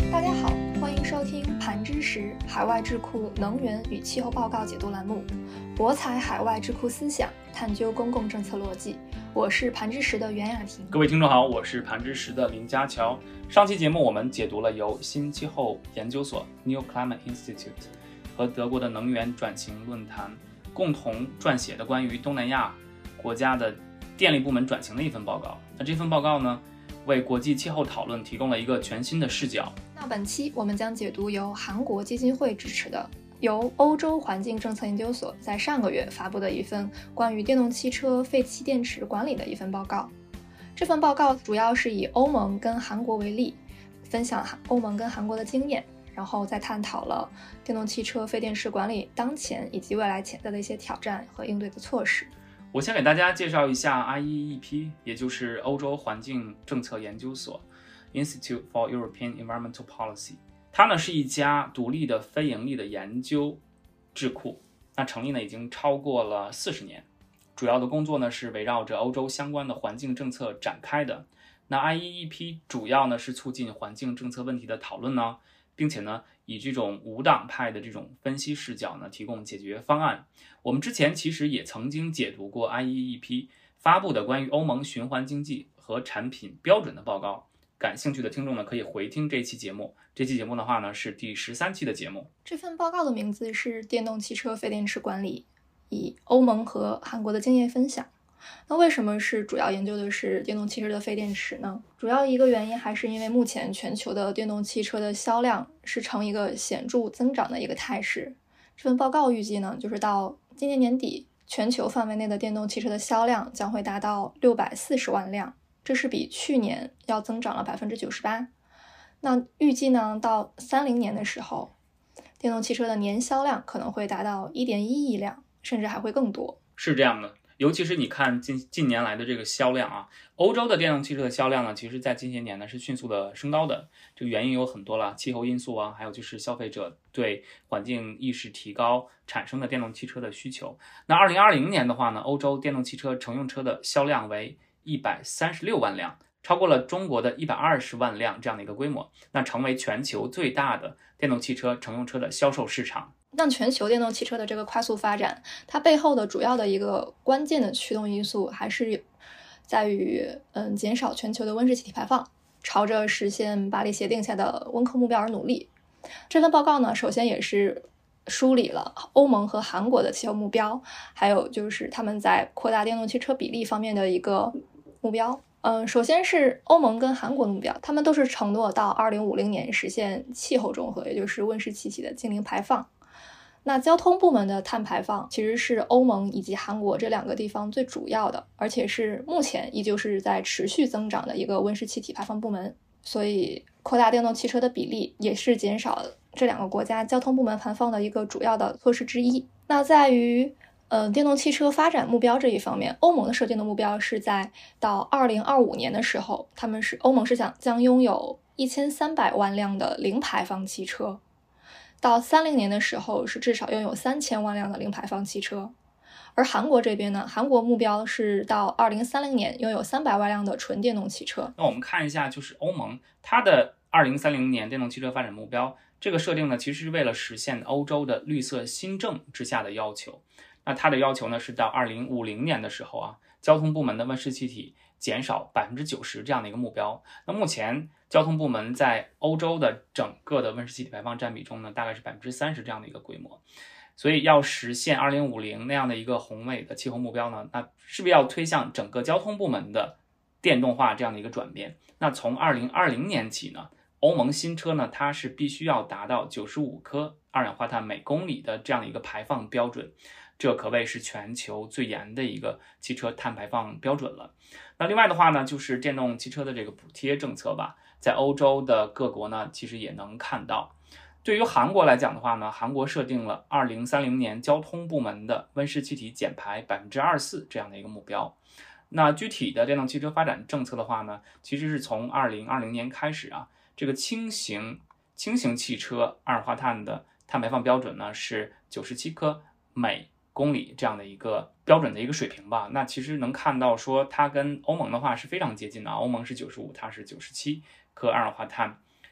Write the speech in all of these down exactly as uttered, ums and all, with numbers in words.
大家好，欢迎收听盘知识海外智库能源与气候报告解读栏目，博采海外智库思想，探究公共政策逻辑。我是盘知识的袁雅婷。 各位听众好，我是盘知识的林家乔。上期节目我们解读了由新气候研究所 New Climate Institute 和德国的能源转型论坛共同撰写的关于东南亚国家的电力部门转型的一份报告。那这份报告呢，为国际气候讨论提供了一个全新的视角。 那本期我们将解读由韩国基金会支持的，由欧洲环境政策研究所在上个月发布的一份关于电动汽车废气电池管理的一份报告。这份报告主要是以欧盟跟韩国为例，分享欧盟跟韩国的经验，然后再探讨了电动汽车废电池管理当前以及未来潜在的一些挑战和应对的措施。 我先给大家介绍一下 I E E P， 也就是欧洲环境政策研究所 Institute for European Environmental Policy。 它呢是一家独立的非盈利的研究智库，那成立呢已经超过了四十年，主要的工作呢是围绕着欧洲相关的环境政策展开的。那 I E E P 主要呢是促进环境政策问题的讨论呢，并且呢以这种无党派的这种分析视角呢提供解决方案。我们之前其实也曾经解读过 I E E P 发布的关于欧盟循环经济和产品标准的报告，感兴趣的听众呢可以回听这期节目。这期节目的话呢是第十三期的节目。 这份报告的名字是电动汽车废电池管理，以欧盟和韩国的经验分享。那为什么是主要研究的是电动汽车的废电池呢？主要一个原因还是因为目前全球的电动汽车的销量是呈一个显著增长的一个态势。这份报告预计呢，就是到今年年底，全球范围内的电动汽车的销量将会达到六百四十万辆，这是比去年要增长了 百分之九十八。 那预计呢，到三十年的时候，电动汽车的年销量可能会达到 一点一亿辆，甚至还会更多。 是这样的，尤其是你看近近年来的这个销量啊，欧洲的电动汽车的销量呢，其实在近些年呢是迅速的升高的。这个原因有很多了，气候因素啊，还有就是消费者对环境意识提高产生的电动汽车的需求。那二零二零年的话呢，欧洲电动汽车乘用车的销量为一百三十六万辆，超过了中国的一百二十万辆这样的一个规模，那成为全球最大的电动汽车乘用车的销售市场。 那全球电动汽车的这个快速发展，它背后的主要的一个关键的驱动因素还是在于嗯减少全球的温室气体排放，朝着实现巴黎协定下的温控目标而努力。这份报告呢，首先也是梳理了欧盟和韩国的气候目标，还有就是他们在扩大电动汽车比例方面的一个目标。嗯，首先是欧盟跟韩国的目标，他们都是承诺到二零五零年实现气候中和，也就是温室气体的净零排放。那交通部门的碳排放其实是欧盟以及韩国这两个地方最主要的，而且是目前依旧是在持续增长的一个温室气体排放部门。所以扩大电动汽车的比例也是减少这两个国家交通部门排放的一个主要的措施之一。那在于呃电动汽车发展目标这一方面，欧盟的设定的目标是在到二零二五年的时候，他们是欧盟是想将拥有一千三百万辆的零排放汽车，到三十年的时候是至少拥有三千万辆的零排放汽车。而韩国这边呢，韩国目标是到二零三零年拥有三百万辆的纯电动汽车。 那我们看一下，就是欧盟它的二零三零年电动汽车发展目标，这个设定呢，其实是为了实现欧洲的绿色新政之下的要求。那它的要求呢，是到二零五零年的时候啊，交通部门的温室气体减少 百分之九十 这样的一个目标。那目前交通部门在欧洲的整个的温室气体排放占比中呢，大概是 百分之三十 这样的一个规模。所以要实现二零五零那样的一个宏伟的气候目标呢，那是不是要推向整个交通部门的电动化这样的一个转变？那从二零二零年起呢，欧盟新车呢，它是必须要达到九十五克二氧化碳每公里的这样的一个排放标准，这可谓是全球最严的一个汽车碳排放标准了。那另外的话呢，就是电动汽车的这个补贴政策吧，在欧洲的各国呢，其实也能看到。对于韩国来讲的话呢，韩国设定了二零三零年交通部门的温室气体减排 百分之二十四 这样的一个目标。那具体的电动汽车发展政策的话呢，其实是从二零二零年开始啊，这个轻型轻型汽车二氧化碳的碳排放标准呢是九十七克每公里这样的一个标准的一个水平吧。那其实能看到说它跟欧盟的话是非常接近的，欧盟是九十五，它是九十七克二氧化碳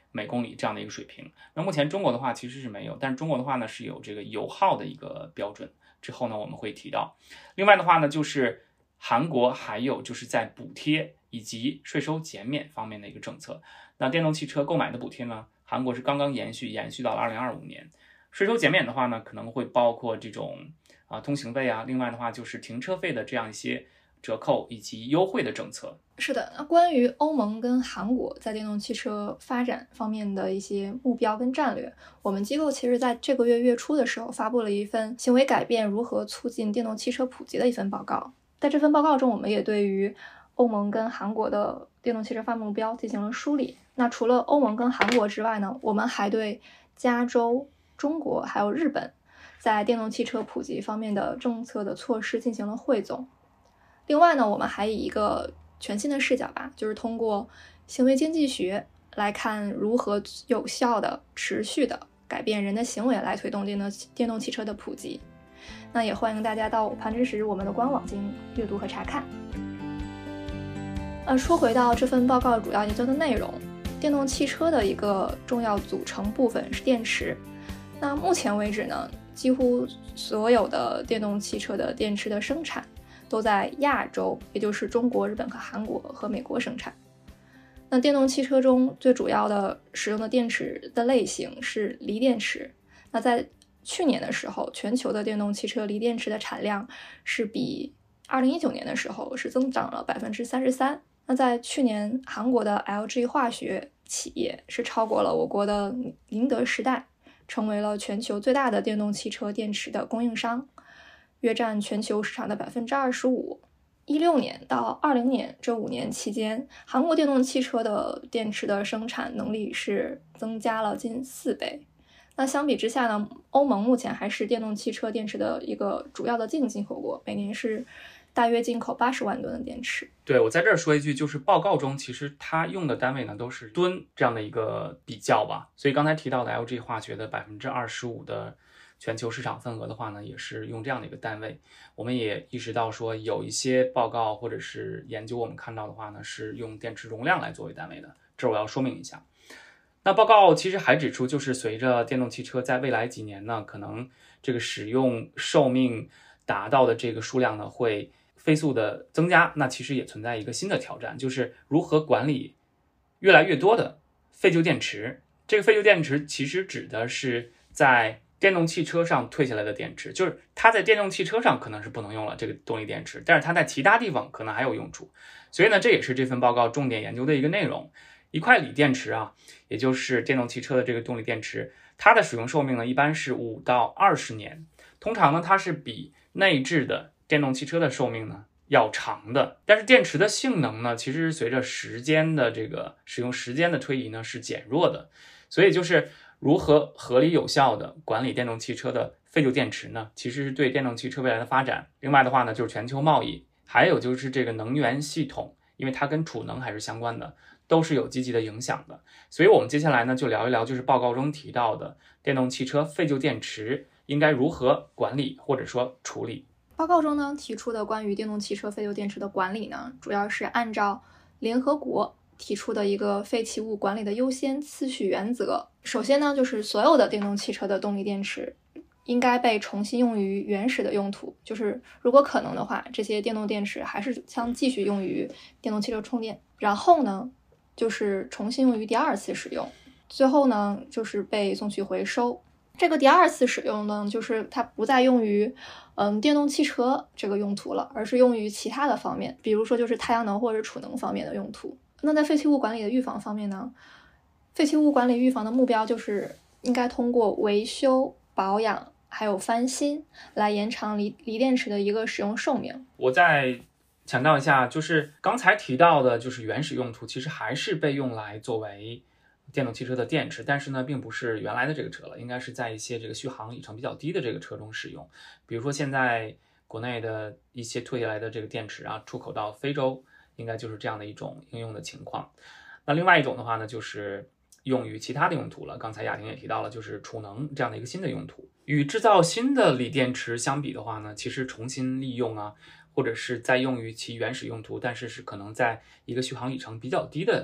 每公里这样的一个水平。那目前中国的话其实是没有，但是中国的话呢是有这个油耗的一个标准，之后呢我们会提到。另外的话呢，就是韩国还有就是在补贴以及税收减免方面的一个政策。那电动汽车购买的补贴呢，韩国是刚刚延续延续到了二零二五年。税收减免的话呢，可能会包括这种啊通行费啊，另外的话就是停车费的这样一些折扣以及优惠的政策。 是的，那关于欧盟跟韩国在电动汽车发展方面的一些目标跟战略，我们机构其实在这个月月初的时候发布了一份行为改变如何促进电动汽车普及的一份报告。在这份报告中，我们也对于欧盟跟韩国的电动汽车发展目标进行了梳理。那除了欧盟跟韩国之外呢，我们还对加州、中国还有日本在电动汽车普及方面的政策的措施进行了汇总。另外呢，我们还以一个全新的视角吧，就是通过行为经济学来看如何有效的、持续的改变人的行为来推动电动电动汽车的普及。那也欢迎大家到盘知识我们的官网进行阅读和查看。呃，说回到这份报告主要研究的内容，电动汽车的一个重要组成部分是电池。那目前为止呢，几乎所有的电动汽车的电池的生产都在亚洲，也就是中国、日本和韩国和美国生产。那电动汽车中最主要的使用的电池的类型是锂电池。那在去年的时候，全球的电动汽车锂电池的产量是比二零一九年的时候是增长了 百分之三十三。那在去年，韩国的 L G 化学企业是超过了我国的宁德时代，成为了全球最大的电动汽车电池的供应商，约占全球市场的 百分之二十五。一六年到二零年这五年期间，韩国电动汽车的电池的生产能力是增加了近四倍。那相比之下呢，欧盟目前还是电动汽车电池的一个主要的净进口国，每年是大约进口八十万吨的电池。 对，我在这儿说一句，就是报告中其实它用的单位呢都是吨这样的一个比较吧，所以刚才提到的 L G 化学的 百分之二十五 的全球市场份额的话呢，也是用这样的一个单位。我们也意识到说，有一些报告或者是研究我们看到的话呢，是用电池容量来作为单位的，这我要说明一下。那报告其实还指出，就是随着电动汽车在未来几年呢，可能这个使用寿命达到的这个数量呢会飞速的增加，那其实也存在一个新的挑战，就是如何管理越来越多的废旧电池。这个废旧电池其实指的是在电动汽车上退下来的电池，就是它在电动汽车上可能是不能用了这个动力电池，但是它在其他地方可能还有用处。所以呢，这也是这份报告重点研究的一个内容。一块锂电池啊，也就是电动汽车的这个动力电池，它的使用寿命呢一般是五到二十年，通常呢它是比内置的电动汽车的寿命呢要长的。但是电池的性能呢，其实随着时间的这个使用时间的推移呢是减弱的。所以就是如何合理有效的管理电动汽车的废旧电池呢，其实是对电动汽车未来的发展，另外的话呢就是全球贸易，还有就是这个能源系统，因为它跟储能还是相关的，都是有积极的影响的。所以我们接下来呢就聊一聊就是报告中提到的电动汽车废旧电池应该如何管理或者说处理。 报告中呢提出的关于电动汽车废旧电池的管理呢，主要是按照联合国提出的一个废弃物管理的优先次序原则。首先呢，就是所有的电动汽车的动力电池应该被重新用于原始的用途，就是如果可能的话，这些电动电池还是将继续用于电动汽车充电。然后呢，就是重新用于第二次使用。最后呢，就是被送去回收。这个第二次使用呢，就是它不再用于嗯电动汽车这个用途了，而是用于其他的方面，比如说就是太阳能或者储能方面的用途。那在废弃物管理的预防方面呢，废弃物管理预防的目标就是应该通过维修、保养还有翻新来延长锂锂电池的一个使用寿命。 我再强调一下，就是刚才提到的就是原始用途其实还是被用来作为电动汽车的电池，但是呢并不是原来的这个车了，应该是在一些这个续航里程比较低的这个车中使用。比如说现在国内的一些退下来的这个电池啊，出口到非洲，应该就是这样的一种应用的情况。那另外一种的话呢，就是用于其他的用途了，刚才雅婷也提到了，就是储能这样的一个新的用途。与制造新的锂电池相比的话呢，其实重新利用啊，或者是再用于其原始用途，但是是可能在一个续航里程比较低的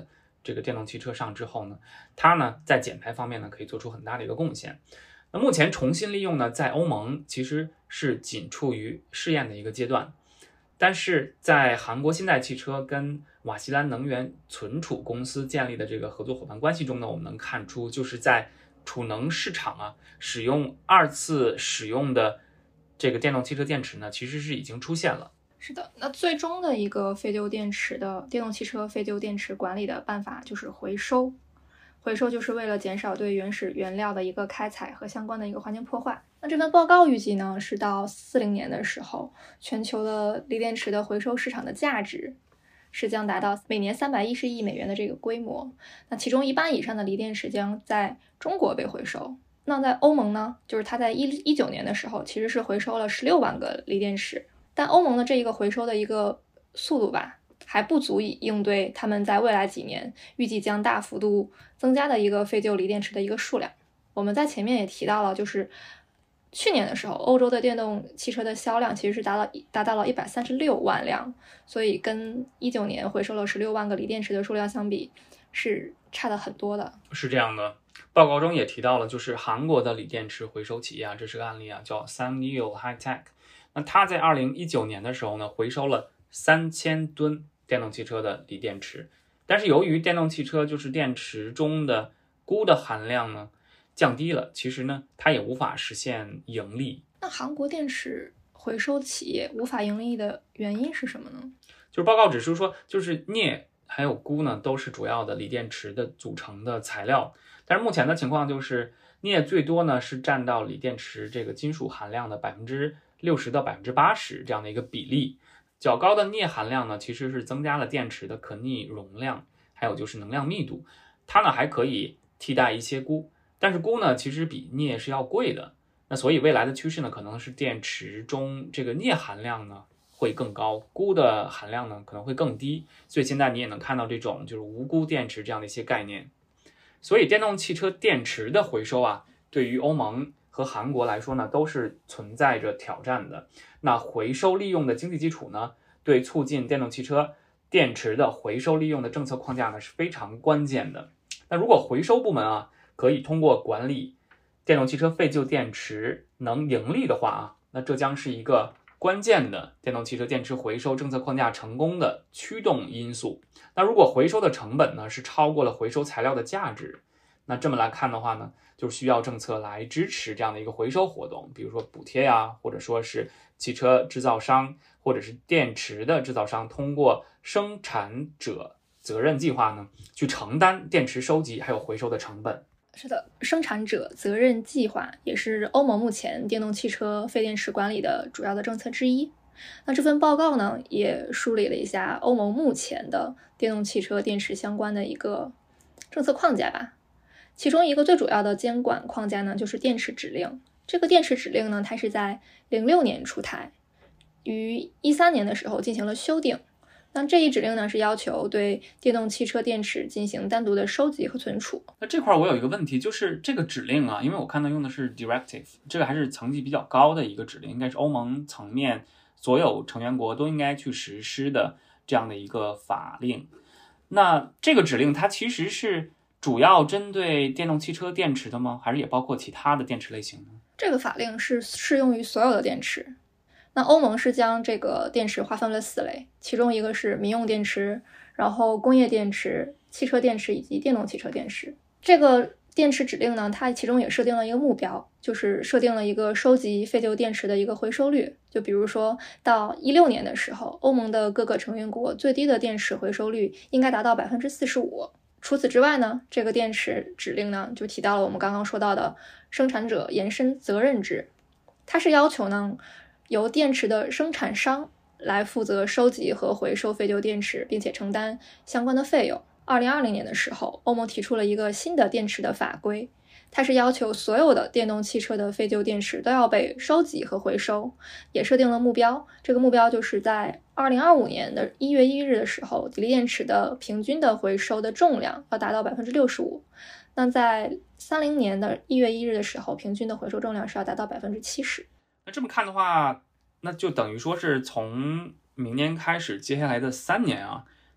这个电动汽车上之后呢，它呢在减排方面呢可以做出很大的一个贡献。那目前重新利用呢，在欧盟其实是仅处于试验的一个阶段，但是在韩国现代汽车跟瓦西兰能源存储公司建立的这个合作伙伴关系中呢，我们能看出，就是在储能市场啊，使用二次使用的这个电动汽车电池呢，其实是已经出现了。 是的，那最终的一个废旧电池的电动汽车废旧电池管理的办法就是回收。回收就是为了减少对原始原料的一个开采和相关的一个环境破坏。那这份报告预计呢，是到四零年的时候，全球的锂电池的回收市场的价值是将达到每年三百一十亿美元的这个规模。那其中一半以上的锂电池将在中国被回收。那在欧盟呢，就是它在一九年的时候其实是回收了十六万个锂电池，但欧盟的这一个回收的一个速度吧，还不足以应对他们在未来几年预计将大幅度增加的一个废旧锂电池的一个数量。我们在前面也提到了，就是去年的时候，欧洲的电动汽车的销量其实是达到达到了一百三十六万辆，所以跟一九年回收了十六万个锂电池的数量相比，是差的很多的。 是这样的，报告中也提到了，就是韩国的锂电池回收企业啊，这是个案例啊，叫 Sunil High Tech。那它在二零一九年的时候呢，回收了三千吨电动汽车的锂电池，但是由于电动汽车就是电池中的钴的含量呢降低了，其实呢它也无法实现盈利。 那韩国电池回收企业无法盈利的原因是什么呢？ 就是报告指出说，就是镍还有钴呢都是主要的锂电池的组成的材料，但是目前的情况就是镍最多呢是占到锂电池这个金属含量的百分之六十到百分之八十这样的一个比例。较高的镍含量呢，其实是增加了电池的可逆容量，还有就是能量密度，它呢还可以替代一些钴，但是钴呢其实比镍是要贵的，那所以未来的趋势呢，可能是电池中这个镍含量呢会更高，钴的含量呢可能会更低，所以现在你也能看到这种就是无钴电池这样的一些概念。所以电动汽车电池的回收啊，对于欧盟和韩国来说呢，都是存在着挑战的。那回收利用的经济基础呢，对促进电动汽车电池的回收利用的政策框架呢是非常关键的。那如果回收部门啊，可以通过管理电动汽车废旧电池能盈利的话啊，那这将是一个关键的电动汽车电池回收政策框架成功的驱动因素。那如果回收的成本呢是超过了回收材料的价值，那这么来看的话呢，就需要政策来支持这样的一个回收活动，比如说补贴呀、啊，或者说是汽车制造商或者是电池的制造商通过生产者责任计划呢，去承担电池收集还有回收的成本。 是的，生产者责任计划也是欧盟目前电动汽车废电池管理的主要的政策之一。那这份报告呢，也梳理了一下欧盟目前的电动汽车电池相关的一个政策框架吧。其中一个最主要的监管框架呢，就是电池指令。这个电池指令呢，它是在零六年出台，于一三年的时候进行了修订。那这一指令呢，是要求对电动汽车电池进行单独的收集和存储。 那这块我有一个问题，就是这个指令啊，因为我看到用的是 directive， 这个还是层级比较高的一个指令，应该是欧盟层面所有成员国都应该去实施的这样的一个法令。那这个指令它其实是主要针对电动汽车电池的吗？还是也包括其他的电池类型呢？ 这个法令是适用于所有的电池。那欧盟是将这个电池划分了四类，其中一个是民用电池，然后工业电池、汽车电池以及电动汽车电池。这个电池指令呢，它其中也设定了一个目标，就是设定了一个收集废旧电池的一个回收率。就比如说到一六年的时候，欧盟的各个成员国最低的电池回收率应该达到百分之四十五。除此之外呢，这个电池指令呢，就提到了我们刚刚说到的生产者延伸责任制，它是要求呢，由电池的生产商来负责收集和回收废旧电池，并且承担相关的费用。二零二零年的时候，欧盟提出了一个新的电池的法规，它是要求所有的电动汽车的废旧电池都要被收集和回收，也设定了目标。这个目标就是在二零二五年的一月一日的时候，锂电池的平均的回收的重量要达到百分之六十五。那在三零年的一月一日的时候，平均的回收重量是要达到百分之七十。 那这么看的话，那就等于说是从明年开始，接下来的三年啊，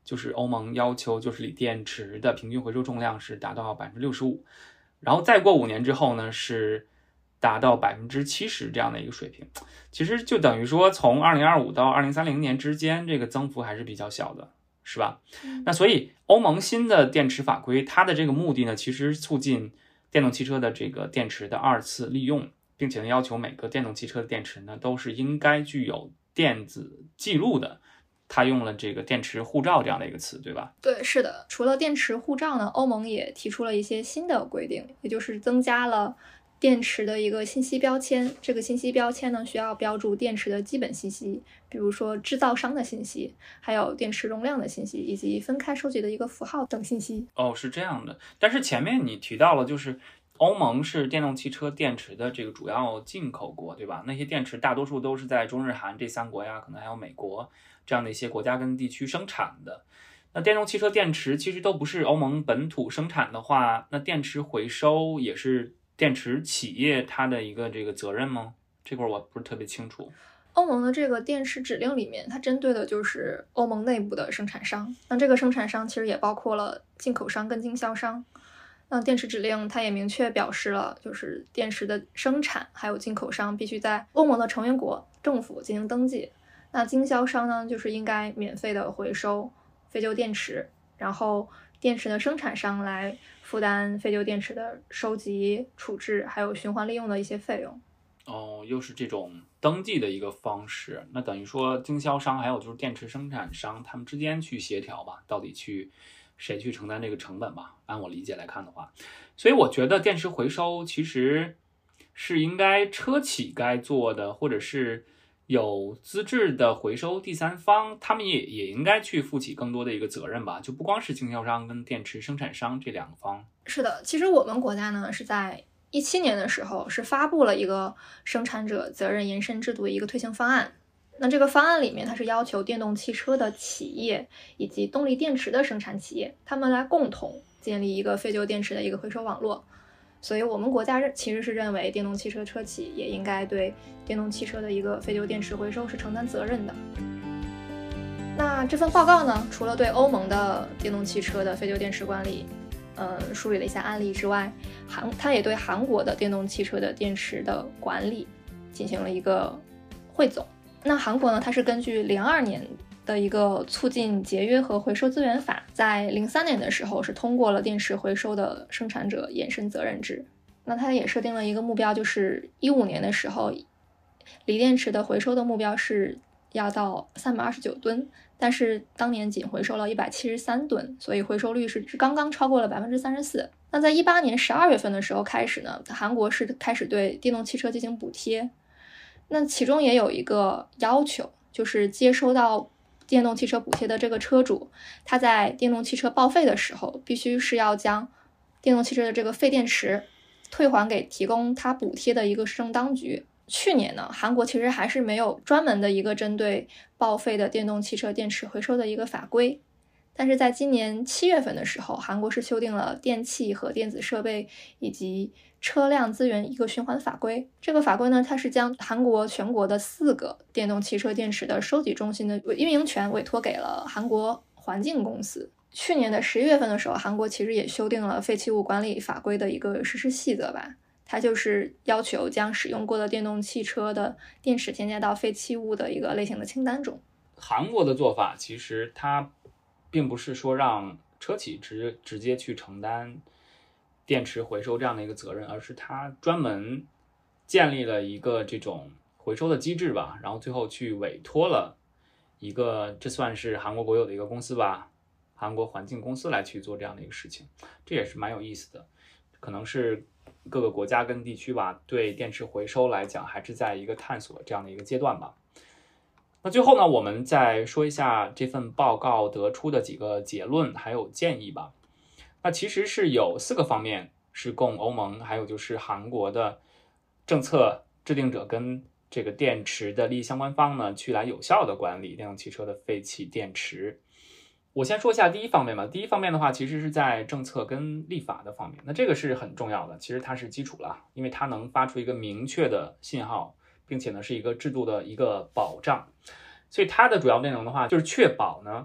就是欧盟要求就是锂电池的平均回收重量是达到百分之六十五，然后再过五年之后呢是达到百分之七十这样的一个水平。其实就等于说从二零二五到二零三零年之间，这个增幅还是比较小的，是吧？ 嗯、 那所以欧盟新的电池法规，它的这个目的呢，其实促进电动汽车的这个电池的二次利用，并且呢要求每个电动汽车的电池呢都是应该具有电子记录的。他用了这个电池护照这样的一个词，对吧？ 对，是的。除了电池护照呢，欧盟也提出了一些新的规定，也就是增加了电池的一个信息标签。这个信息标签呢，需要标注电池的基本信息，比如说制造商的信息，还有电池容量的信息，以及分开收集的一个符号等信息。 哦，是这样的。但是前面你提到了，就是欧盟是电动汽车电池的这个主要进口国，对吧？那些电池大多数都是在中日韩这三国呀，可能还有美国这样的一些国家跟地区生产的。那电动汽车电池其实都不是欧盟本土生产的话，那电池回收也是电池企业它的一个这个责任吗？这块我不是特别清楚。 欧盟的这个电池指令里面，它针对的就是欧盟内部的生产商。那这个生产商其实也包括了进口商跟经销商。那电池指令它也明确表示了，就是电池的生产还有进口商必须在欧盟的成员国政府进行登记。那经销商呢，就是应该免费的回收废旧电池，然后电池的生产商来负担废旧电池的收集、处置还有循环利用的一些费用。 哦，又是这种登记的一个方式，那等于说经销商还有就是电池生产商他们之间去协调吧，到底去谁去承担这个成本吧，按我理解来看的话。所以我觉得电池回收其实是应该车企该做的，或者是有资质的回收第三方，他们也也应该去负起更多的一个责任吧，就不光是经销商跟电池生产商这两个方。 是的，其实我们国家呢是在一七年的时候是发布了一个生产者责任延伸制度的一个推行方案。那这个方案里面，它是要求电动汽车的企业以及动力电池的生产企业，他们来共同建立一个废旧电池的一个回收网络。所以我们国家其实是认为电动汽车车企也应该对电动汽车的一个废旧电池回收是承担责任的。那这份报告呢，除了对欧盟的电动汽车的废旧电池管理呃，梳理了一下案例之外，韩它也对韩国的电动汽车的电池的管理进行了一个汇总。那韩国呢，它是根据零二年的一个促进节约和回收资源法，在零三年的时候是通过了电池回收的生产者延伸责任制。那它也设定了一个目标，就是一五年的时候，锂电池的回收的目标是要到三百二十九吨，但是当年仅回收了一百七十三吨，所以回收率是刚刚超过了百分之三十四。那在一八年十二月份的时候开始呢，韩国是开始对电动汽车进行补贴。那其中也有一个要求，就是接收到电动汽车补贴的这个车主，他在电动汽车报废的时候，必须是要将电动汽车的这个废电池退还给提供他补贴的一个市政当局。去年呢，韩国其实还是没有专门的一个针对报废的电动汽车电池回收的一个法规，但是在今年七月份的时候，韩国是修订了电器和电子设备以及车辆资源一个循环法规。这个法规呢，它是将韩国全国的四个电动汽车电池的收集中心的运营权委托给了韩国环境公司。去年的十一月份的时候，韩国其实也修订了废弃物管理法规的一个实施细则吧，它就是要求将使用过的电动汽车的电池添加到废弃物的一个类型的清单中。 韩国的做法其实它并不是说让车企直直接去承担电池回收这样的一个责任，而是它专门建立了一个这种回收的机制吧，然后最后去委托了一个，这算是韩国国有的一个公司吧，韩国环境公司来去做这样的一个事情。这也是蛮有意思的，可能是各个国家跟地区吧，对电池回收来讲还是在一个探索这样的一个阶段吧。那最后呢，我们再说一下这份报告得出的几个结论还有建议吧。那其实是有四个方面是供欧盟还有就是韩国的政策制定者跟这个电池的利益相关方呢去来有效的管理电动汽车的废弃电池。我先说一下第一方面吧。第一方面的话，其实是在政策跟立法的方面，那这个是很重要的，其实它是基础了，因为它能发出一个明确的信号，并且呢是一个制度的一个保障。所以它的主要内容的话，就是确保呢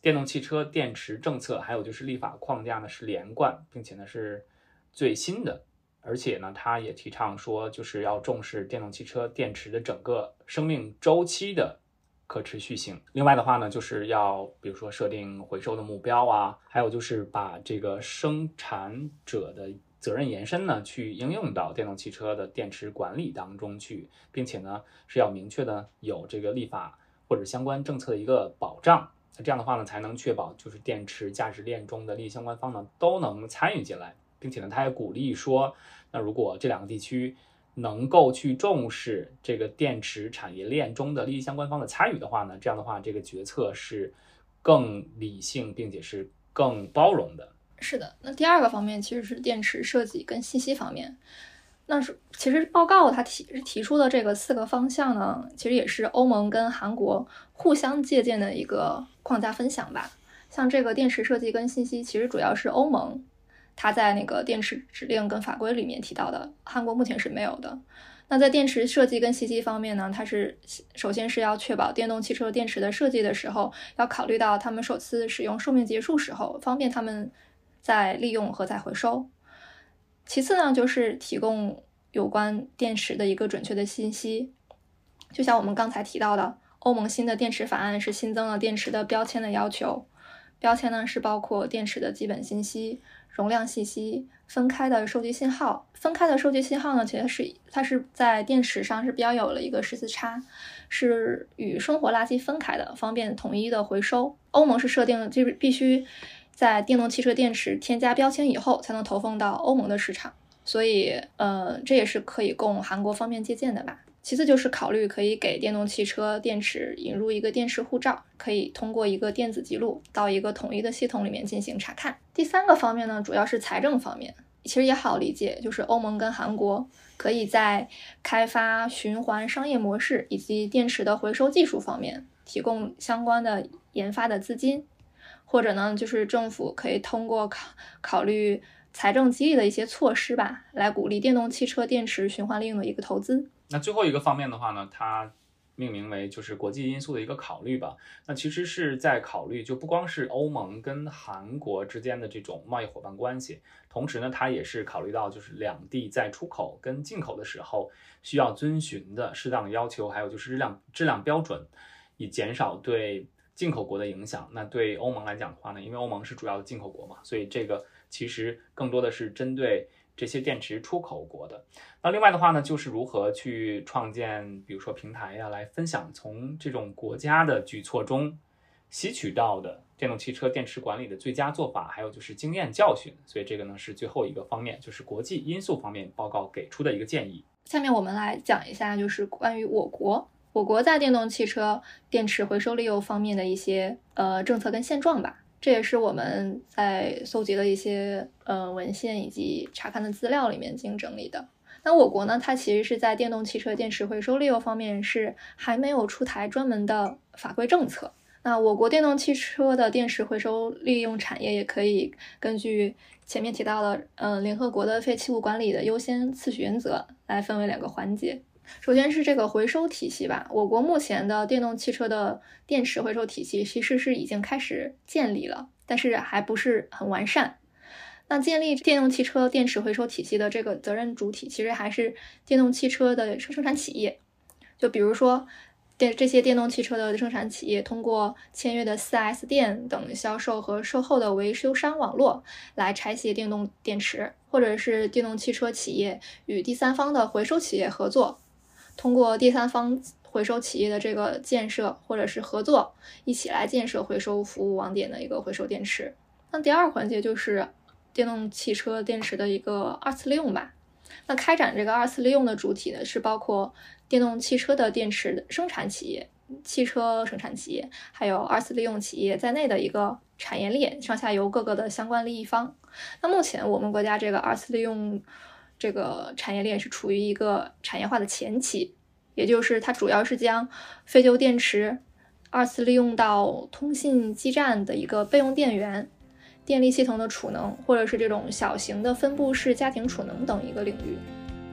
电动汽车电池政策还有就是立法框架呢是连贯，并且呢是最新的，而且呢它也提倡说就是要重视电动汽车电池的整个生命周期的可持续性。另外的话呢，就是要比如说设定回收的目标啊，还有就是把这个生产者的责任延伸呢，去应用到电动汽车的电池管理当中去，并且呢是要明确的有这个立法或者相关政策的一个保障。这样的话呢，才能确保就是电池价值链中的利益相关方呢都能参与进来，并且呢，他也鼓励说，那如果这两个地区能够去重视这个电池产业链中的利益相关方的参与的话呢，这样的话，这个决策是更理性，并且是更包容的。 是的，那第二个方面其实是电池设计跟信息方面。那是其实报告它提提出的这个四个方向呢，其实也是欧盟跟韩国互相借鉴的一个框架分享吧。像这个电池设计跟信息，其实主要是欧盟它在那个电池指令跟法规里面提到的，韩国目前是没有的。那在电池设计跟信息方面呢，它是首先是要确保电动汽车电池的设计的时候，要考虑到他们首次使用寿命结束时候，方便他们再利用和再回收。其次呢，就是提供有关电池的一个准确的信息。就像我们刚才提到的，欧盟新的电池法案是新增了电池的标签的要求。标签呢是包括电池的基本信息、容量信息、分开的收集信号。分开的收集信号呢，其实是它是在电池上是标有了一个十字叉，是与生活垃圾分开的，方便统一的回收。欧盟是设定就是必须在电动汽车电池添加标签以后才能投放到欧盟的市场，所以呃，这也是可以供韩国方面借鉴的吧。其次就是考虑可以给电动汽车电池引入一个电池护照，可以通过一个电子记录到一个统一的系统里面进行查看。第三个方面呢，主要是财政方面，其实也好理解，就是欧盟跟韩国可以在开发循环商业模式以及电池的回收技术方面提供相关的研发的资金，或者呢，就是政府可以通过考考虑财政激励的一些措施吧，来鼓励电动汽车电池循环利用的一个投资。 那最后一个方面的话呢，它命名为就是国际因素的一个考虑吧。那其实是在考虑就不光是欧盟跟韩国之间的这种贸易伙伴关系，同时呢，它也是考虑到就是两地在出口跟进口的时候需要遵循的适当的要求，还有就是质量质量标准，以减少对进口国的影响。那对欧盟来讲的话呢，因为欧盟是主要的进口国嘛，所以这个其实更多的是针对这些电池出口国的。那另外的话呢，就是如何去创建比如说平台呀、啊，来分享从这种国家的举措中吸取到的电动汽车电池管理的最佳做法，还有就是经验教训。所以这个呢是最后一个方面，就是国际因素方面报告给出的一个建议。 下面我们来讲一下就是关于我国我国在电动汽车电池回收利用方面的一些呃政策跟现状吧。这也是我们在搜集的一些呃文献以及查看的资料里面进行整理的。那我国呢，它其实是在电动汽车电池回收利用方面是还没有出台专门的法规政策。那我国电动汽车的电池回收利用产业也可以根据前面提到的呃联合国的废弃物管理的优先次序原则来分为两个环节。首先是这个回收体系吧，我国目前的电动汽车的电池回收体系其实是已经开始建立了，但是还不是很完善。那建立电动汽车电池回收体系的这个责任主体其实还是电动汽车的生产企业，就比如说电这些电动汽车的生产企业通过签约的 四 S 店等销售和售后的维修商网络来拆卸电动电池，或者是电动汽车企业与第三方的回收企业合作，通过第三方回收企业的这个建设或者是合作，一起来建设回收服务网点的一个回收电池。那第二环节就是电动汽车电池的一个二次利用吧。那开展这个二次利用的主体呢，是包括电动汽车的电池的生产企业、汽车生产企业，还有二次利用企业在内的一个产业链，上下游各个的相关利益方。那目前我们国家这个二次利用这个产业链是处于一个产业化的前期，也就是它主要是将废旧电池二次利用到通信基站的一个备用电源、电力系统的储能，或者是这种小型的分布式家庭储能等一个领域。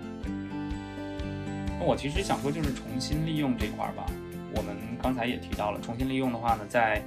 我其实想说就是重新利用这块吧，我们刚才也提到了，重新利用的话呢，在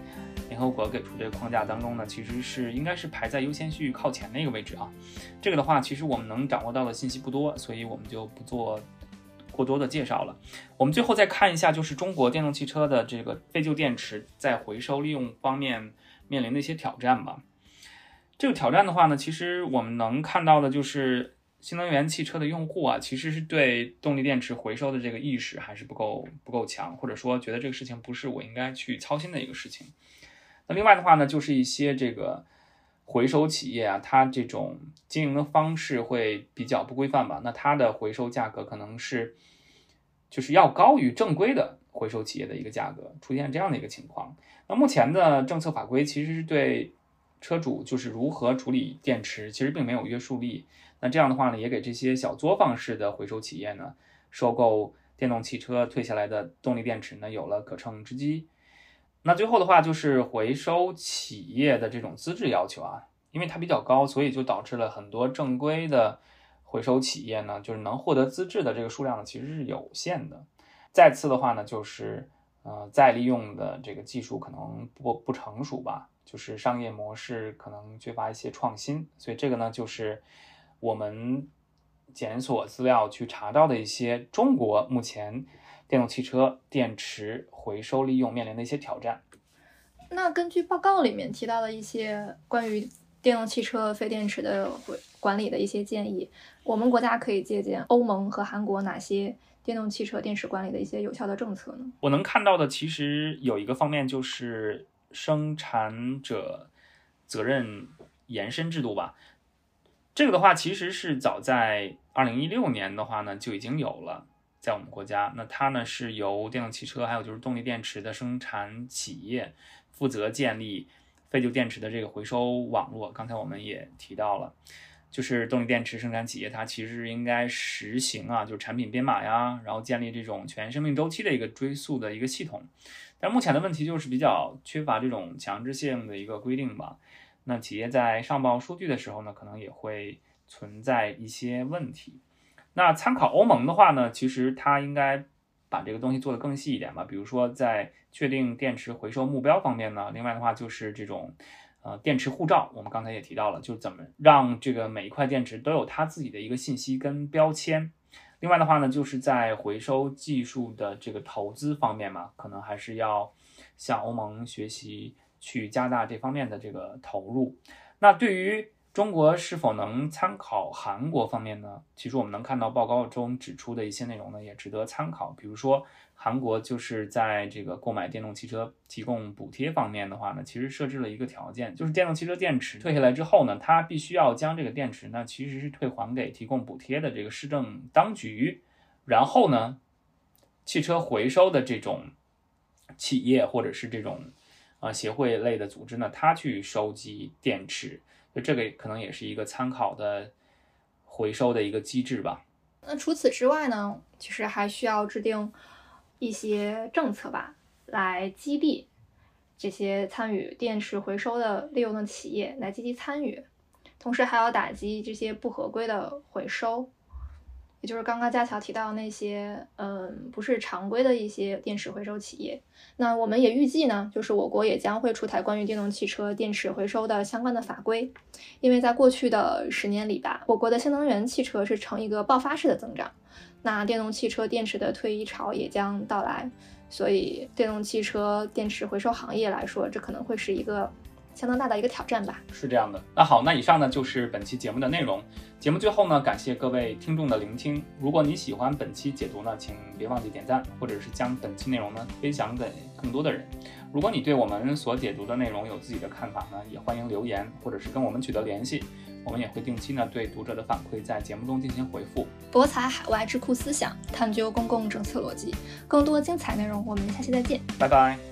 联合国给出这个框架当中呢，其实是应该是排在优先序靠前的一个位置啊。这个的话，其实我们能掌握到的信息不多，所以我们就不做过多的介绍了。我们最后再看一下，就是中国电动汽车的这个废旧电池在回收利用方面面临的一些挑战吧。这个挑战的话呢，其实我们能看到的就是新能源汽车的用户啊，其实是对动力电池回收的这个意识还是不够不够强，或者说觉得这个事情不是我应该去操心的一个事情。那另外的话呢，就是一些这个回收企业啊，它这种经营的方式会比较不规范吧，那它的回收价格可能是就是要高于正规的回收企业的一个价格，出现这样的一个情况。那目前的政策法规其实是对车主就是如何处理电池其实并没有约束力，那这样的话呢，也给这些小作坊式的回收企业呢，收购电动汽车退下来的动力电池呢，有了可乘之机。那最后的话就是回收企业的这种资质要求啊，因为它比较高，所以就导致了很多正规的回收企业呢，就是能获得资质的这个数量呢，其实是有限的。再次的话呢，就是呃再利用的这个技术可能不不成熟吧，就是商业模式可能缺乏一些创新，所以这个呢，就是我们检索资料去查到的一些中国目前电动汽车电池回收利用面临的一些挑战。 那根据报告里面提到的一些关于电动汽车废电池的管理的一些建议，我们国家可以借鉴欧盟和韩国哪些电动汽车电池管理的一些有效的政策呢？ 我能看到的其实有一个方面就是生产者责任延伸制度吧。这个的话其实是早在二零一六年的话呢就已经有了，在我们国家。那它呢是由电动汽车还有就是动力电池的生产企业负责建立废旧电池的这个回收网络。刚才我们也提到了，就是动力电池生产企业它其实应该实行啊，就是产品编码呀，然后建立这种全生命周期的一个追溯的一个系统。但目前的问题就是比较缺乏这种强制性的一个规定吧。那企业在上报数据的时候呢，可能也会存在一些问题。那参考欧盟的话呢，其实它应该把这个东西做得更细一点吧。比如说在确定电池回收目标方面呢，另外的话就是这种呃电池护照，我们刚才也提到了，就是怎么让这个每一块电池都有它自己的一个信息跟标签。另外的话呢，就是在回收技术的这个投资方面嘛，可能还是要向欧盟学习，去加大这方面的这个投入。那对于中国是否能参考韩国方面呢？其实我们能看到报告中指出的一些内容呢，也值得参考。比如说韩国就是在这个购买电动汽车提供补贴方面的话呢，其实设置了一个条件，就是电动汽车电池退下来之后呢，它必须要将这个电池呢其实是退还给提供补贴的这个市政当局，然后呢汽车回收的这种企业或者是这种呃协会类的组织呢，它去收集电池。就这个可能也是一个参考的回收的一个机制吧。 那除此之外呢，其实还需要制定一些政策吧，来激励这些参与电池回收的利用的企业来积极参与，同时还要打击这些不合规的回收，也就是刚刚佳乔提到那些嗯不是常规的一些电池回收企业。那我们也预计呢，就是我国也将会出台关于电动汽车电池回收的相关的法规。因为在过去的十年里吧，我国的新能源汽车是呈一个爆发式的增长，那电动汽车电池的退役潮也将到来，所以电动汽车电池回收行业来说，这可能会是一个相当大的一个挑战吧。 是这样的。那好，那以上呢就是本期节目的内容。节目最后呢，感谢各位听众的聆听。如果你喜欢本期解读呢，请别忘记点赞，或者是将本期内容呢分享给更多的人。如果你对我们所解读的内容有自己的看法呢，也欢迎留言，或者是跟我们取得联系。我们也会定期呢对读者的反馈在节目中进行回复。 博采海外智库思想，探究公共政策逻辑，更多精彩内容，我们下期再见， 拜拜。